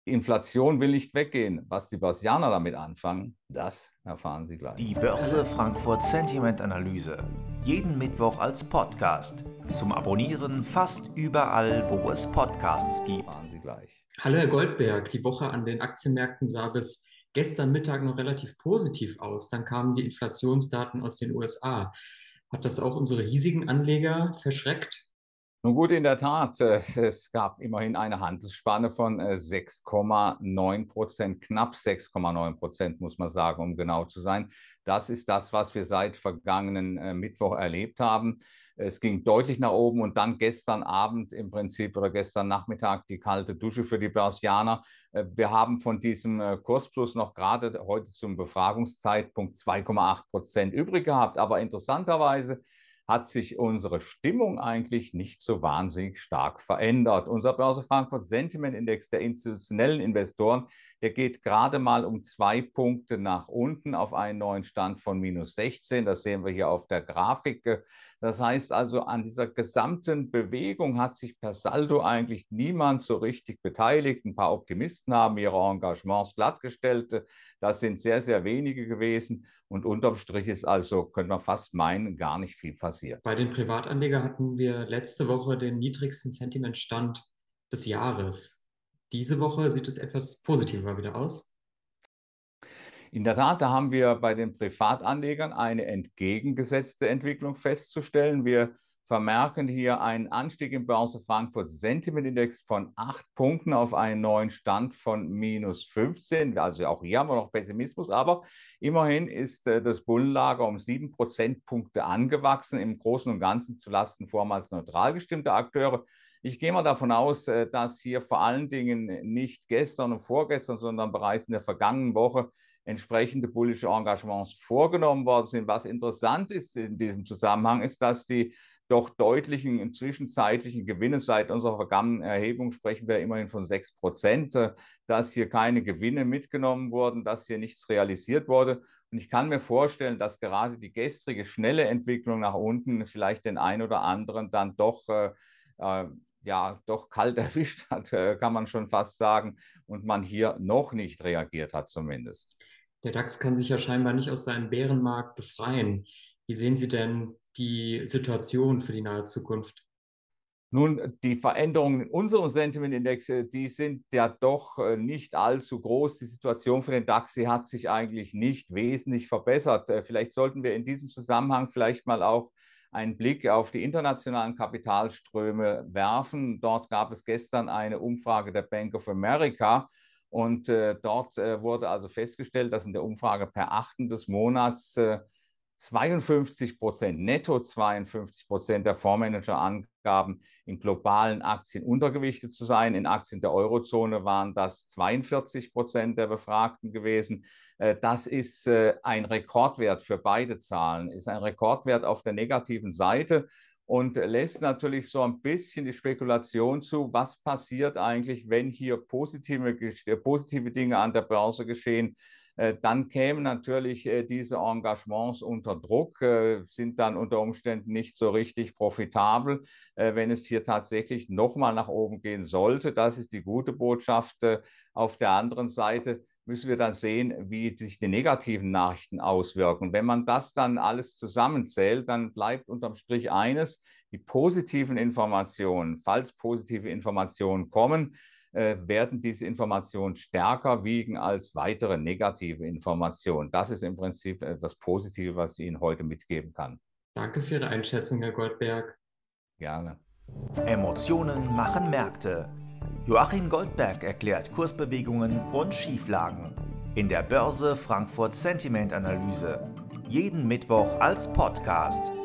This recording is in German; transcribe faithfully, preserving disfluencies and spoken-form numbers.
Die Inflation will nicht weggehen. Was die Börsianer damit anfangen, das erfahren Sie gleich. Die Börse Frankfurt Sentiment Analyse. Jeden Mittwoch als Podcast. Zum Abonnieren fast überall, wo es Podcasts gibt. Erfahren Sie gleich. Hallo Herr Goldberg, die Woche an den Aktienmärkten sah bis gestern Mittag noch relativ positiv aus. Dann kamen die Inflationsdaten aus den U S A. Hat das auch unsere hiesigen Anleger verschreckt? Nun gut, in der Tat, äh, es gab immerhin eine Handelsspanne von äh, sechs Komma neun Prozent, knapp sechs Komma neun Prozent, muss man sagen, um genau zu sein. Das ist das, was wir seit vergangenen äh, Mittwoch erlebt haben. Es ging deutlich nach oben und dann gestern Abend im Prinzip oder gestern Nachmittag die kalte Dusche für die Börsianer. Äh, wir haben von diesem äh, Kursplus noch gerade heute zum Befragungszeitpunkt zwei Komma acht Prozent übrig gehabt. Aber interessanterweise hat sich unsere Stimmung eigentlich nicht so wahnsinnig stark verändert. Unser Börse Frankfurt Sentiment Index der institutionellen Investoren, der geht gerade mal um zwei Punkte nach unten auf einen neuen Stand von minus sechzehn. Das sehen wir hier auf der Grafik. Das heißt also, an dieser gesamten Bewegung hat sich per Saldo eigentlich niemand so richtig beteiligt. Ein paar Optimisten haben ihre Engagements glattgestellt. Das sind sehr, sehr wenige gewesen. Und unterm Strich ist also, könnte man fast meinen, gar nicht viel passiert. Bei den Privatanlegern hatten wir letzte Woche den niedrigsten Sentimentstand des Jahres. Diese Woche sieht es etwas positiver wieder aus. In der Tat, da haben wir bei den Privatanlegern eine entgegengesetzte Entwicklung festzustellen. Wir vermerken hier einen Anstieg im Börse Frankfurt Sentiment Index von acht Punkten auf einen neuen Stand von minus fünfzehn. Also auch hier haben wir noch Pessimismus, aber immerhin ist äh, das Bullenlager um sieben Prozentpunkte angewachsen, im Großen und Ganzen zulasten vormals neutral gestimmter Akteure. Ich gehe mal davon aus, äh, dass hier vor allen Dingen nicht gestern und vorgestern, sondern bereits in der vergangenen Woche entsprechende bullische Engagements vorgenommen worden sind. Was interessant ist in diesem Zusammenhang, ist, dass die doch deutlichen zwischenzeitlichen Gewinne seit unserer vergangenen Erhebung, sprechen wir immerhin von sechs Prozent, dass hier keine Gewinne mitgenommen wurden, dass hier nichts realisiert wurde. Und ich kann mir vorstellen, dass gerade die gestrige schnelle Entwicklung nach unten vielleicht den einen oder anderen dann doch äh, äh, ja, doch kalt erwischt hat, äh, kann man schon fast sagen, und man hier noch nicht reagiert hat zumindest. Der DAX kann sich ja scheinbar nicht aus seinem Bärenmarkt befreien. Wie sehen Sie denn die Situation für die nahe Zukunft? Nun, die Veränderungen in unserem Sentiment-Index, die sind ja doch nicht allzu groß. Die Situation für den DAX, sie hat sich eigentlich nicht wesentlich verbessert. Vielleicht sollten wir in diesem Zusammenhang vielleicht mal auch einen Blick auf die internationalen Kapitalströme werfen. Dort gab es gestern eine Umfrage der Bank of America. Und äh, dort äh, wurde also festgestellt, dass in der Umfrage per achten des Monats äh, zweiundfünfzig Prozent, netto zweiundfünfzig Prozent der Fondsmanager angaben, in globalen Aktien untergewichtet zu sein. In Aktien der Eurozone waren das zweiundvierzig Prozent der Befragten gewesen. Äh, das ist äh, ein Rekordwert für beide Zahlen, ist ein Rekordwert auf der negativen Seite. Und lässt natürlich so ein bisschen die Spekulation zu, was passiert eigentlich, wenn hier positive, positive Dinge an der Börse geschehen. Dann kämen natürlich diese Engagements unter Druck, sind dann unter Umständen nicht so richtig profitabel, wenn es hier tatsächlich nochmal nach oben gehen sollte. Das ist die gute Botschaft. Auf der anderen Seite müssen wir dann sehen, wie sich die negativen Nachrichten auswirken. Wenn man das dann alles zusammenzählt, dann bleibt unterm Strich eines: Die positiven Informationen, falls positive Informationen kommen, äh, werden diese Informationen stärker wiegen als weitere negative Informationen. Das ist im Prinzip äh, das Positive, was ich Ihnen heute mitgeben kann. Danke für Ihre Einschätzung, Herr Goldberg. Gerne. Emotionen machen Märkte. Joachim Goldberg erklärt Kursbewegungen und Schieflagen in der Börse Frankfurt Sentiment Analyse. Jeden Mittwoch als Podcast.